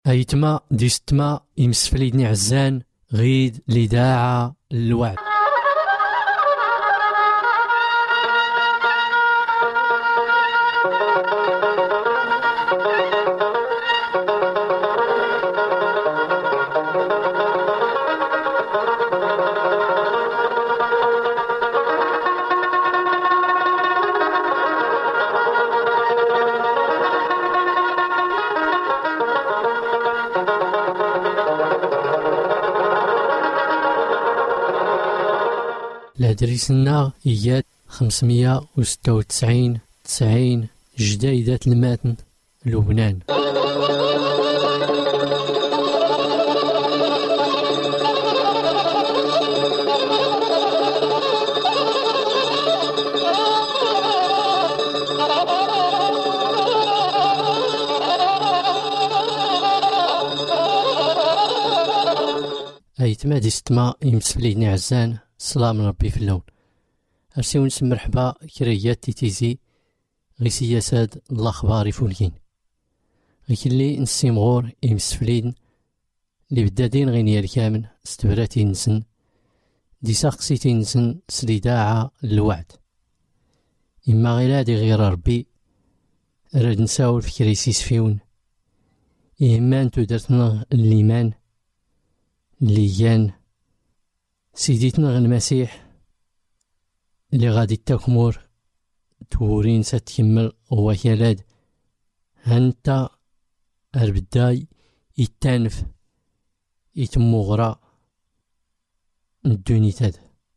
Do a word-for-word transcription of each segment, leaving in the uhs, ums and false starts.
أيتما ديستما يمسفليدني عزان غيد لداعة الوعد. الهدريسنا إياد خمسمية وستة وتسعين تسعين جديدة الماتن لبنان. أيتما ديستما يمسفليدني عزان سلام ربي في اللون. أرسيو نسم مرحبا كريات تيتيزي غي سياساد الأخبار يفولكين غي كلي نسيم غور يمسفلين اللي بدادين غينيا الكامل استبراتي نسن دي ساقسيتي نسن سليداعة الوعد. إما غيلادي غير ربي راد نساول في كريسيس فيون إيمان تودرتنا الإيمان اللي يان سيديتنا المسيح اللي غادي تكمر تورين ستكمل هو كالاد هانتا أربداي يتانف يتمغرى الدوني تاد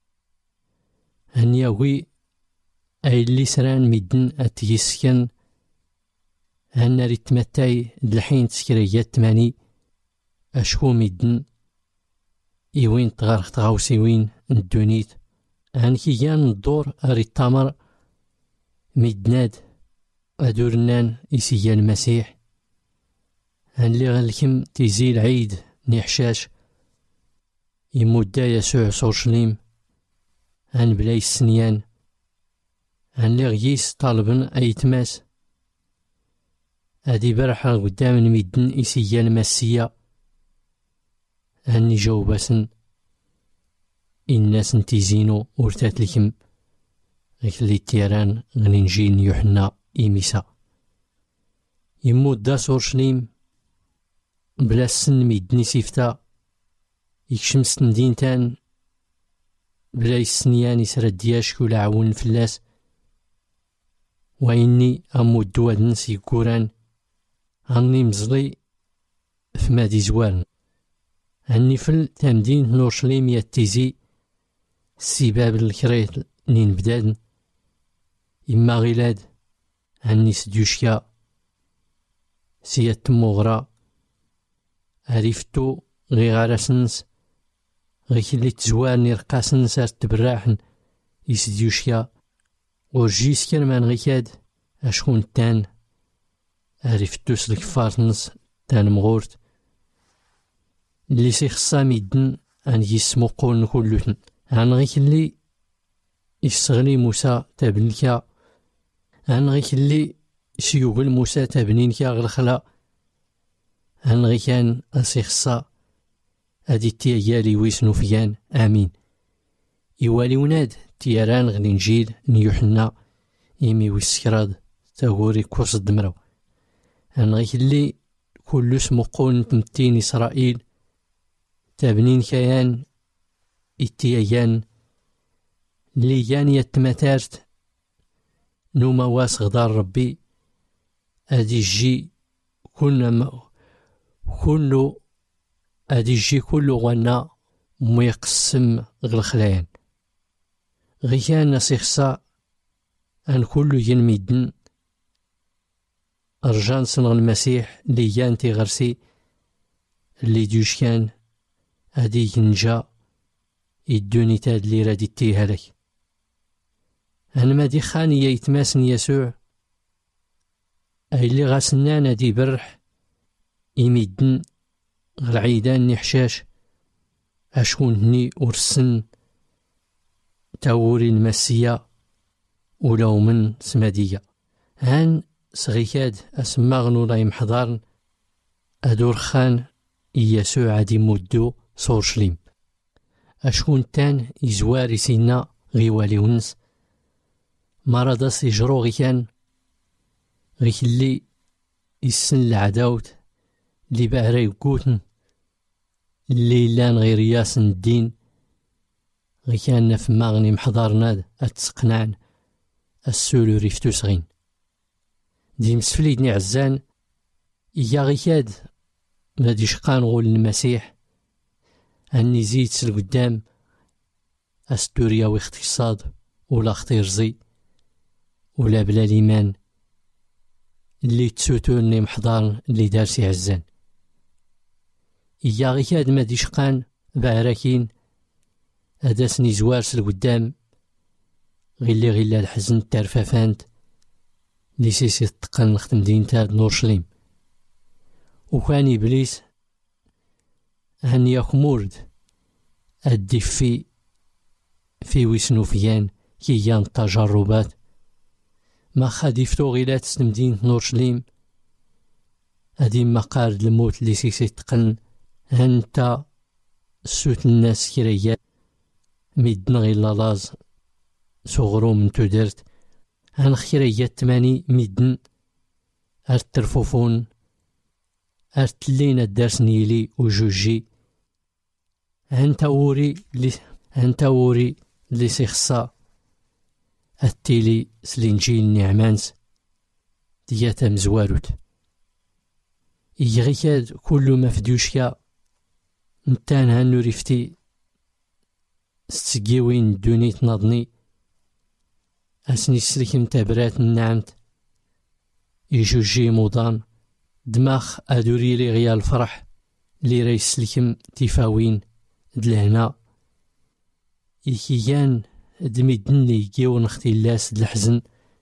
هنياوي أي اللي سران ميدن أتيسكن هنا ريتمتاي دلحين تسكريات تماني أشكو ميدن إيوين تغارخ تغاوسيوين الدونيت هانكي كان الدور أري التمر ميدناد أدورنان إسيا المسيح هانلي غالكم تيزي العيد نيحشاش يمودا يسوع صورشليم هان بلاي السنيان هانلي غيس طالبن أيتماس هادي برحة قدام الميدن إسيا المسيا هاني جاوباسن الناس نتيزينو ورتات لكم غيك اللي تيران غننجيل يوحنا إيميسا يموت دا سورشليم بلا السن ميدني سيفتا يكشم سندين تان بلا السنيان يسرى دياش كولا عون فلاس وإني أموت دواد نسي كوران هاني مزلي فمادي زوارن هاني فل تمدين نورشليم يتيزي السباب الكريت نين بدادن إما غيلاد هاني سديوشكا سياد تموغرا عرفتو غي غارسنس غي كلي تزوارني رقاسن سار تبراحن يسديوشكا ورجيس كرمان غيكاد أشكون تان عرفتو سلك فارنس تان مغورت اللي سيخصا ميدن أن يسمو قول كلوتن عن غيك اللي يستغني موسى تابنكا عن غيك اللي سيوغل موسى تابنينكا غالخلا عن غيكان أسيخصا هادي تيالي ويسنو فيان آمين. إيوالي وناد تياران غننجيل نيوحنا إيمي ويسكراد تاغوري كورس الدمرو عن غيك اللي كل اسمو قول تمتين إسرائيل تابنين كيان إتيايان اللي يان يتمتارت نوما واس غدار ربي أدي جي كل كله أدي جي كله غنا ميقسم غالخلايان غيان نسيخسا أن كله ينميدن أرجان صنغ المسيح اللي يان تيغرسي اللي ديوش كان هادي ينجا يدوني تاد لي رادي تيها لك أنا ما دي خاني يتماسن يسوع أي اللي غاسنانا دي برح يميدن غالعيدان نحشاش أشكون هني ورسن تاوري المسيا ولو من سمادية هان صغيكاد أسماغنو لا يمحضارن أدور خان يسوع عادي مودو سورشليم أشكون تان يزواري سينا غيوالي ونس مرضاس يجرو غي كان غي اللي يسن العداوت اللي بعرا يقوتن اللي لان غير ياسن الدين غي كان في ماغني محضرنا أتسقنعن السولو ريفتو صغين دي مسفليدني عزان إيا غي كاد غادي شقان غول المسيح أني زيد سلقدام أستوريا واختصاد ولا اختيرزي ولا بلا الإيمان اللي تسوتوني محضار اللي دارسي عزان إيا غي كاد ما ديشقان بعراكين أداسني زوار سلقدام غيلي غيلا الحزن تارفافانت لي سيسي تقن نخدم دينتا نورشليم وكان إبليس هني يخمورد أدي في في ويسنوفيان كيان التجربات ما خاديفتو غيلا تسلم دين نورشليم هادي مقارد الموت لي سيسي تقن هانتا سوت الناس كريات ميدنا غيلا لاز صغرو من تودرت هان خيريات تماني ميدن ارترفوفون ارتلين الدرس نيلي وجوجي هانتا وري لي هانتا وري لي سيخصا التيلي سلينجيل نعمانس دياتا مزواروت يغيكاد كل ما فديوشكا نتان هانو ريفتي ستسقيوين دوني تناضني أسني سلكم تبرات النعمت يجوجي موضان دماغ أدوري لي غيا الفرح لي راي سلكم تيفاوين دلهنا إيكيان دميدن لي يجيو نختي اللاس الحزن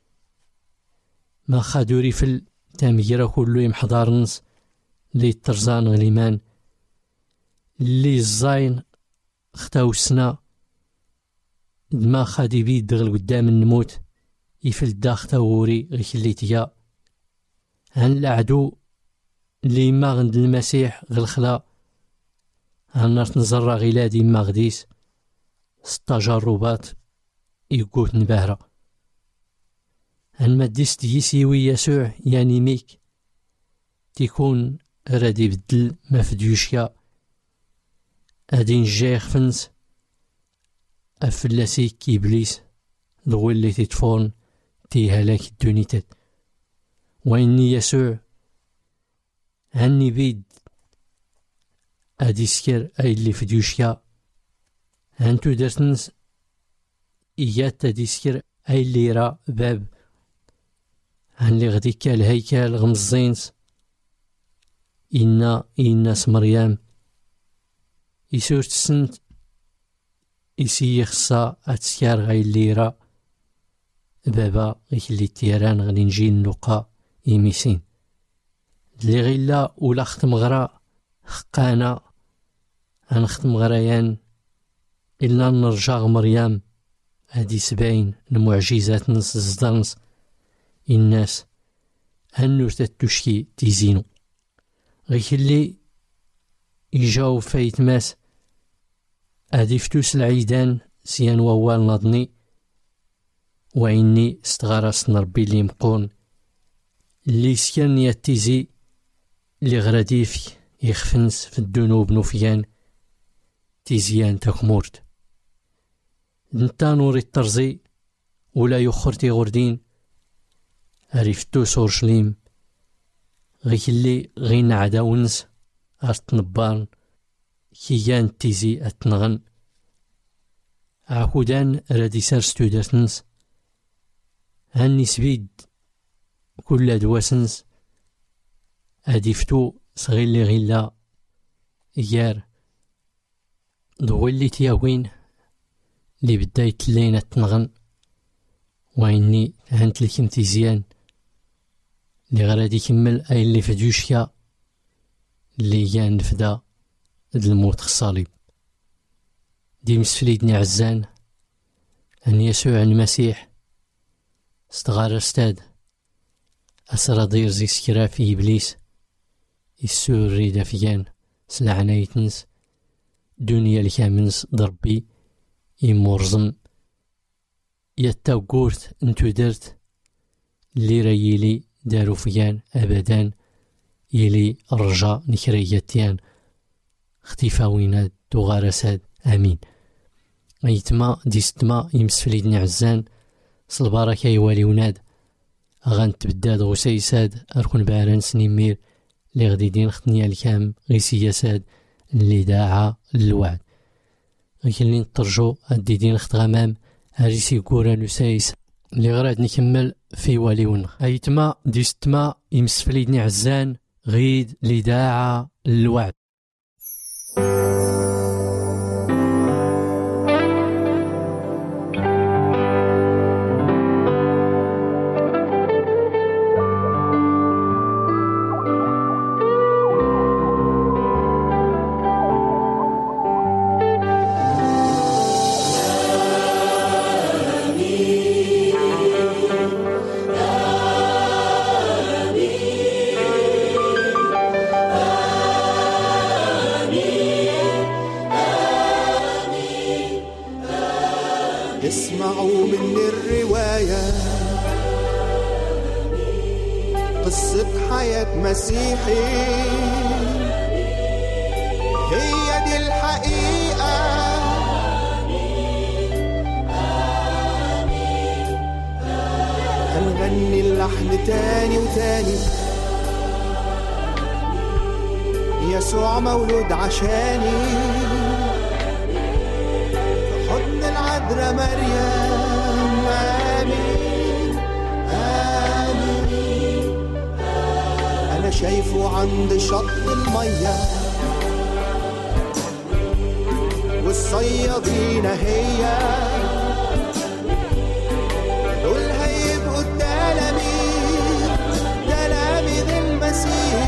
ما خادوري في التاميرة كلو يمحضارنس لي ترزان غليمان لي الزاين اختاو السنا دما خادي بيد دغل قدام النموت يفل داخ تاوري غيك اللي تيا هان العدو اللي ما غند المسيح غالخلا هان نار تنزرى غيلادي ما غديس ستجربات يقوت نباهرة هان ما ديس ديسيوي يسوع يعني ميك تيكون رادي بدل ما فديوشيا ادين جايخ فنس أفلاسي كيبليس ضوي اللي تتفون تيهلاك الدونيتات وإني يسوع هني بيد أدي سكر أي اللي في ديوشيا هانتو درتنس إيات أدي سكر أي اللي را باب هن اللي غدي كالهيكال غمزينس إنا إناس مريم يسور تسنت إسي يخصا أتسكار غاي الليرة بابا غيك اللي تيران غادي نجي نلقى يميسين اللي غيلا ولا ختم غرا خقانا هنختم غريان إلا نرجع مريم هادي سبعين المعجزات نص الزدانس الناس هنو تتوشكي تيزينو غيك اللي يجاو فايت ماس هادي فتوس العيدان سيان ووال نضني وإني استغرست نربي اللي مقون اللي سكن يتيزي اللي غراديف يخفنس في الدنوب نوفيان تيزيان تكمورت نتا نوري الترزي ولا يخرتي غردين عرفتو سورشليم غيك اللي غين عداونس أرت نبان كيان تيزي أتنغن عكودان رادي سار ستودرتنس هاني سبيد كل دواسنس أديفتو صغير غيلا يار ضويلي تياوين لي بداية لينا تنغن وإني هانت لكم تيزيان لي غرادي كمل أي اللي في دوشيا اللي يان نفدا الموت خصاليب دي مسفليدني عزان أن يسوع المسيح استغار استاد أسرى ضير زي سكرا في إبليس السوري دافيان سلعنايتنس دنيا الكامنس ضربي يمورزم يتاقورت انتو درت اللي رايلي دارو فيان ابدا يلي رجا نكريتيان اختفاوينات دوغارساد امين ايتما ديستما يمسفليدني عزان صلبارك يوالي وناد اغان تبداد غسيساد اركن باران سنيمير لي غدي دين ختنيا الكام غي سياساد اللي داعا للوعد غيكلي نطرجو ادي دين خت غمام هاريسي كورا نسايس اللي غراد نكمل في واليون ايتما ديستما يمسفليدني عزان غيد اللي داعا للوعد. اسمعوا من الرواية قصة حياة مسيحي، هي دي الحقيقة. هنغني اللحن تاني وتاني، يسوع مولود عشاني، العذراء مريم. آمين آمين. أنا شايفه عند شط المية، والصيادين هي دول هيبقوا التلاميذ، تلاميذ المسيح.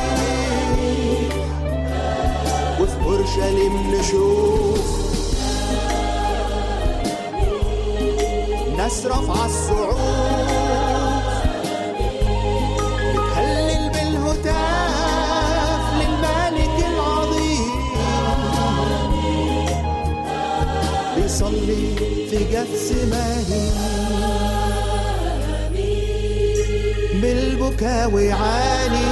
وفي أورشليم نشوف ناس رافعة الصعود، بتهلل بالهتاف للملك العظيم، بيصلي في جثماني بالبكاء ويعاني،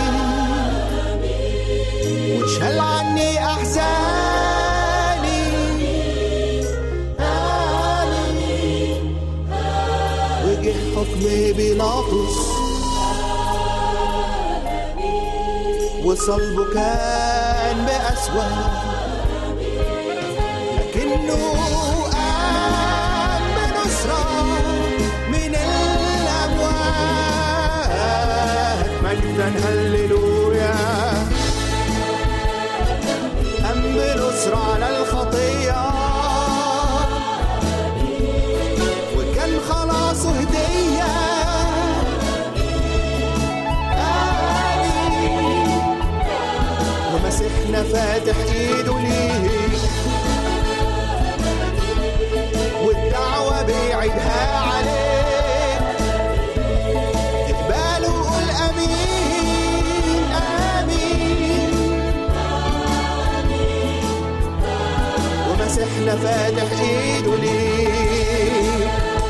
وشال عني أحزاني. حكم بيلاطس وصلبه كان بأسود، لكنه قام بنصرة من الأموات. مجدا هللويا، قام بنصرة على الخطية، وكان خلاصه هدية. ومسيحنا فاتح ايده ليه، والدعوة بيعيدها عليه. اقبال وقول امين امين. ومسيحنا فاتح ايده ليه،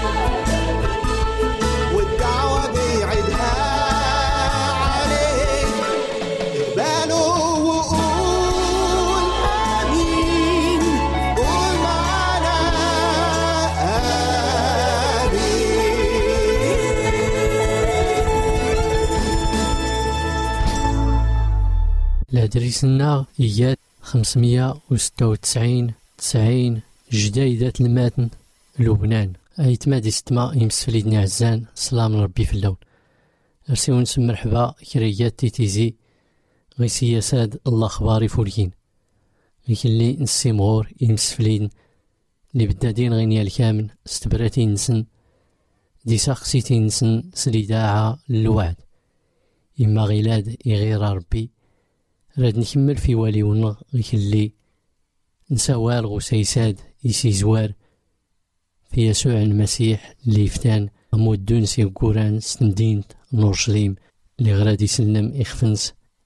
والدعوة بيعيدها عليه. اقبالوا وقول آمين، قول معنا آمين. الأدريس الناغ إياد خمسمية وستة وتسعين تسعين جديدة الماتن لبنان. أيتما ديستما يمسفليدني عزان سلام ربي في اللون. أرسيو نسم مرحبا كريات تيتيزي غي سياساد الله خباري فولين غيكلي نسي مغور يمسفليدن اللي بدادين غينيا الكامن استبراتي نسن دي ساقسيتي نسن سليداعة للوعد. إما غيلاد يغير ربي راد نكمل في والي ونغ غيكلي نسوال غسيساد يسي زوار في يسوع المسيح اللي يفتان أمود دونسي وقوران سندينت نورشليم اللي غراد يسلم إخفنس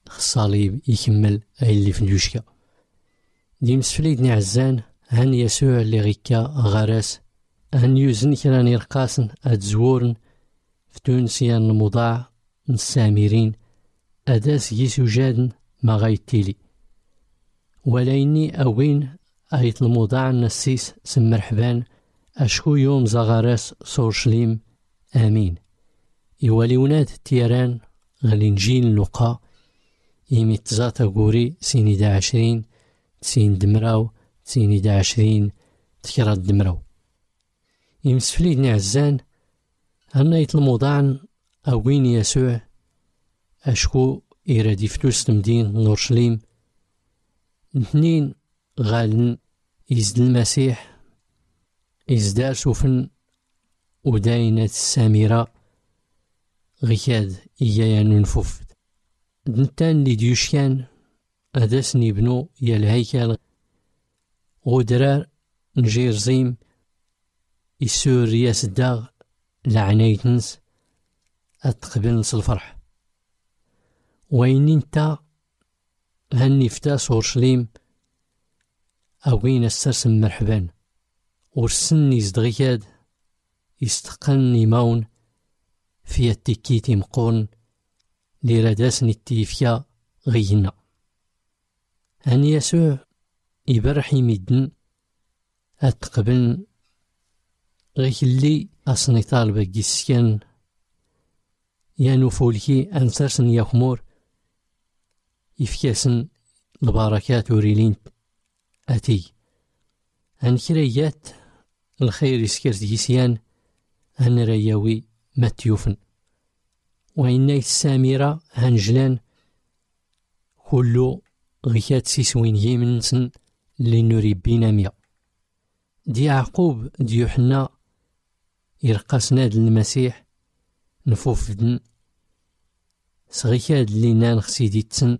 الصليب يكمل اللي في اليوشكا. دي مسفليدني عزان هن يسوع اللي غيكا غراس هن يوزن كراني رقاسن اتزورن في تونسيان المضاع السامرين أداس يسو جادن ما غايتيلي وليني أوين أيت المضاع النسيس سمرحبان أشكو يوم زغراس سورشليم آمين. يوالي وناد تيران غالينجيل لقا يمي تزاتا غوري سيني دا عشرين تسين دمراو تسيني دا عشرين تكرات دمراو. يمسفليدني عزان أنا يتلموضاعن أوين يسوع أشكو إرادي فتوس تمدين نورشليم اثنين غالن إزد المسيح إزدار سوفن وداينة السامرة غيكاد إيايا ننفف دنتان لي ديوشكان أدسني بنو يا الهيكل غدرار نجير زيم يسور رياس الداغ لعنايتنس أتقبل نص الفرح وين انت هني فتاس أورشليم أوين السرسم مرحبان ورسني زدغياد يستقني ماون في التكيتي مقورن لرداسني التيفيا غينا. هن يسوع يبرحي ميدن أتقبل غيك اللي أصني طالبة جيسكن يانو فولكي أنسرسن يخمور يفكاسن البركات وريلين أتي هن كريات الخير يسكرت جيسيان هن رياوي متيوفن وإني السامرة هنجلان كلو غيات سيسوين يمنسن اللي نوري بينا ميا. دي يعقوب دي يوحنا يرقص ناد المسيح نفوف دن صغيكاد اللي نان خسيدي تسن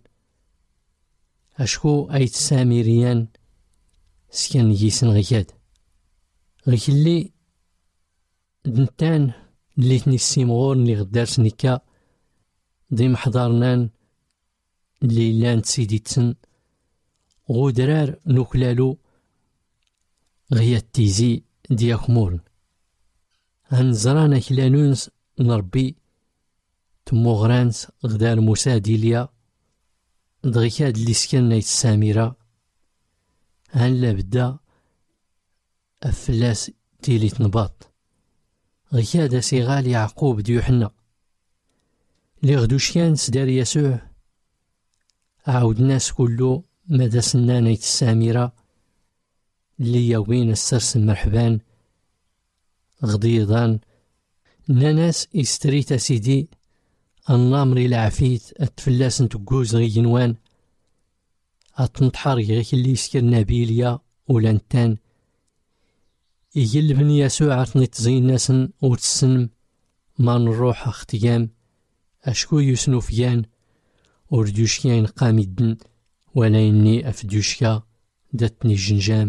أشكو أيت سامريان سكن يسن غيكاد غيك اللي دنتان اللي تني السيمغور اللي غدار سنكا دي محضرنان اللي لان تسيدي تسن غدرار نوكلالو غيا التيزي دياك مورن هنزرانا كلانونس نربي تمو غرانس غدار موسى ديليا دغيكاد اللي سكن نايت السامرة هن لابدا أفلاس تيلي تنباط غيكاد سيغال يعقوب دي يوحنا لي غدوشيان سدار يسوع عاود الناس كلو مدى سنا نايت السامرة اللي يوين السرس مرحبان غضيضان ناناس استريتا سيدي النامري العفيت اتفلاس نتقوز غي جنوان اتنطحر غيك اللي يسكر نابيليا ولانتان يجلبني يسوع عطني تزين ناسن وتسنم ما نروح اختيام اشكو يسنو فيان وردوشكين قامدن ولا إني أفدوشكا داتني جنجام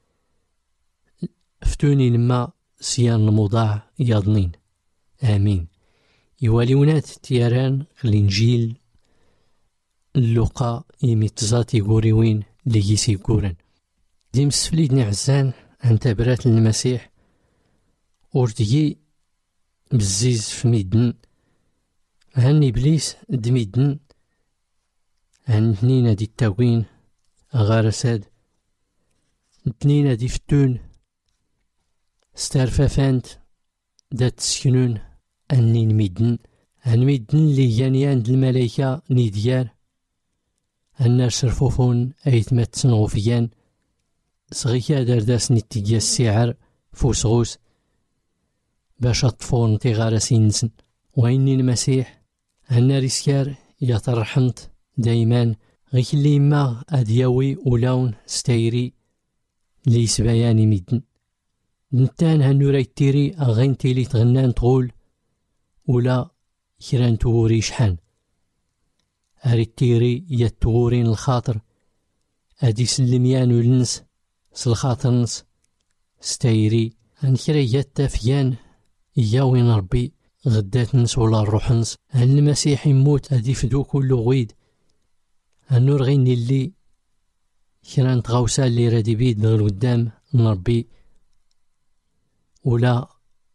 فتوني لما سيان المضاع يضنين آمين. يواليونات تياران الإنجيل اللقاء يميتزاتي غوريوين ليسي غورن دي مسفليدني عزان أنت برات المسيح وردي بزيز في ميدن هن إبليس دميدن هن تنينة دي التاوين غارساد تنينة دي فتون ستارفافانت دات سكنون أنين ميدن هن ميدن اللي يانيان د الملايكة نيديار هن شرفوفون أيتمات تنغوفيان صغيكا دارداس نتيجة السعر فوسغوس باش أطفون تيغارسين نسن وإني المسيح هن ريسكار يترحمت دايما غيك اللي ما أدياوي ولون ستايري لي سباياني ميدن نتان هنو رايتيري أغين تيلي تغنان تغول ولا كران تغوري شحان أريتيري يتغورين الخاطر أدي سلميان ولنس سالخاطر نس ستايري هنكرا يتافيان ياوين ربي غدات نس ولا الروح نس هن المسيح يموت أدي فدو كل غويد النور غيني اللي كرا نتغوسا اللي رادي بيد غير قدام نربي ولا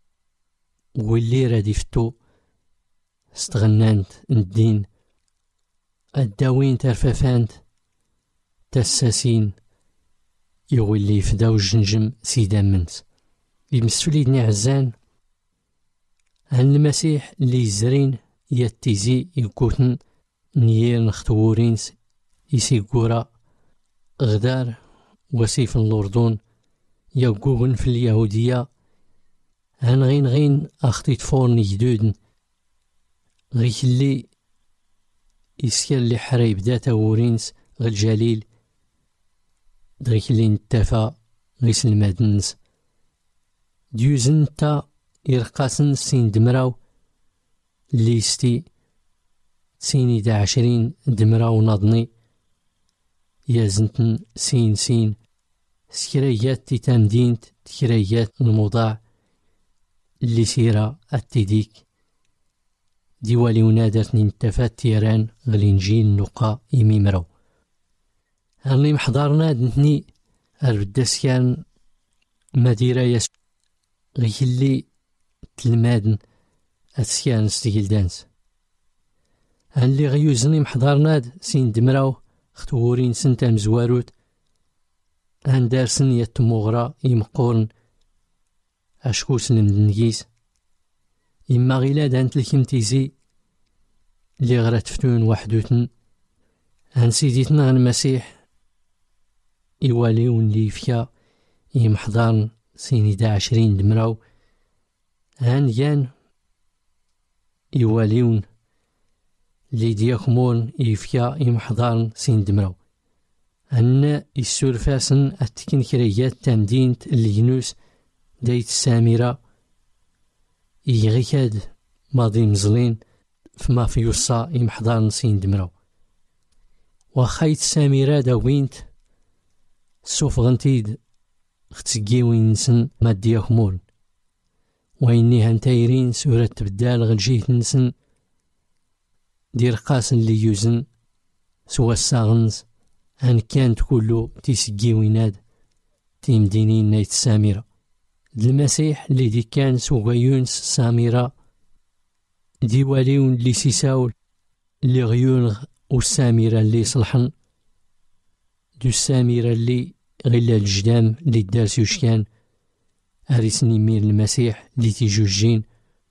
واللي رادي فتو استغنانت الدين الداوين ترفافانت تساسين يولي فداو الجنجم سيدا منت يمسفليدني عزان عن المسيح اللي يزرين يتيزي يكوتن نيير نختورينس يسيقورا غدار وسيف الأردن يقوغن في اليهودية عن غين غين أختي تفورني جدودن غيك اللي يسكر اللي حريب داتا ورينس غير جليل غيك اللي نتفا غيس المدنس ديوزن تا إرقاسن سين دمراو ليستي سيني دا عشرين دمراو نضني يازنتن سين سين سكريات تيتان دينت تكريات الموضاع اللي سيرا التديك ديوالي ونادرتني نتفات تيران غلينجين نقا يميمرو هاني محضرنا دنتني الردسكان مديرة يس غيك اللي تلمادن السكان ستيلدانس هان اللي غيوزني محضرنا سين دمراو ختورين سنتا مزواروت هان دارسن يتمغرا يمقورن أشكوس لمدنجيس إما غيلا دانت الكمتيزي اللي غرات فتون وحدوتن هان سيديتنا غن المسيح إيواليون لي فيا يمحضرن سيني دا عشرين دمراو هان يان إيواليون لي دياخمون يفيا يمحضرن سين دمراو هن السورفاسن التكنكريات تامدينت الينوس دايت السامرة يغيكاد ماضي مزلين فما في يوصا يمحضرن سين دمراو وخايت السامرة داوينت سوف غنتيد ختسقيوين نسن ماديا خمول وإني هانتايرين سورة تبدال غلجيت نسن دير قاسن اللي يوزن سوا الساغنز هان كانت كلو تيسقيويناد تيمدينين نايت السامرة المسيح اللي دي كان سوا يونس سامرة ديواليون اللي سيساول اللي غيون والسامرة اللي صلحن دو السامرة اللي غيلا الجدام اللي دارس يوشكان هاريسني مير المسيح اللي تيجوجين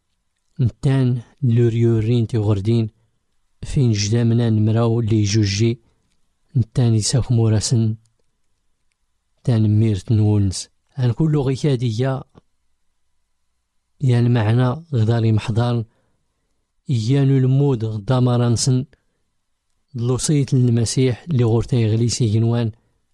نتان لوريورين تيغردين فين جدامنا نمراو اللي يجوجي نتان يساك موراسن تان ميرت نولنس هان كلو غيكادية يعني معنا غداري محضار إيانو المود غدا مرانسن دلوصيت للمسيح اللي غورتا يغليسي جنوان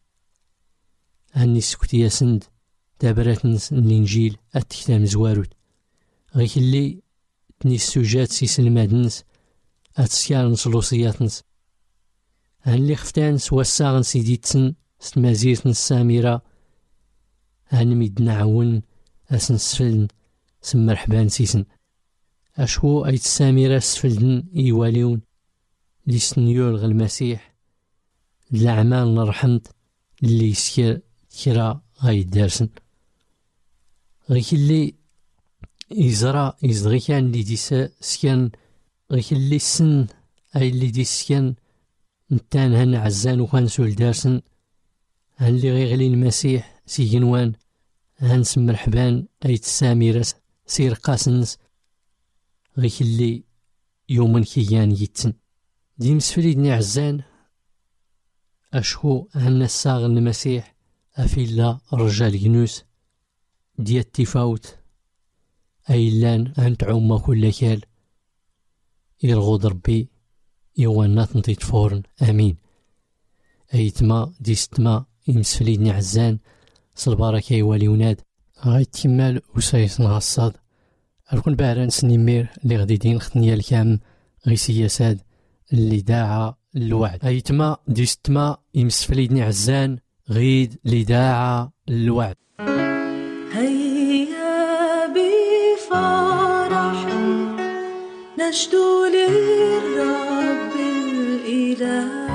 هاني سكتيا سند دابراتنس الإنجيل التكتام زواروت غيك اللي تنيس سوجات سيس المادنس أتسيارنس لوصياتنس هان اللي خفتان سوا الساغن سيديتسن ستمازيرتن السامرة هان ميدنا عون أسن سفلن سمرحبان سيسن أشو أيت السامرة سفلن إيواليون لي سنيول غ المسيح الأعمال نرحمت اللي يسكر كرا غاي دارسن غيك اللي يزرا يزغي كان اللي ديسا سكان غيك اللي السن أي اللي دي سكان نتان هن عزان وكان سول دارسن هن اللي غيغلي المسيح سيجنوان هن سمرحبان أيت السامرة سير قاسنس غيك اللي يومن كيان يتسن دي مسفليدني عزان أشهو هن الساغ المسيح أفيلا رجال جنوس دي التفاوت أيلان أنت عما كل كال يرغض ربي يوانات نطيت فورن آمين أيتما ديستما يمسفليدني عزان صلبارك يوالي وناد غايت كمال وسايسنا الصاد أكون بعران سنيمير اللي غدي دين خطنيا الكام غي سياساد اللي داعا الوعد أيتما ديستما يمسفليدني عزان غيد اللي داعا الوعد هيا بفرح نشدو للرب الإله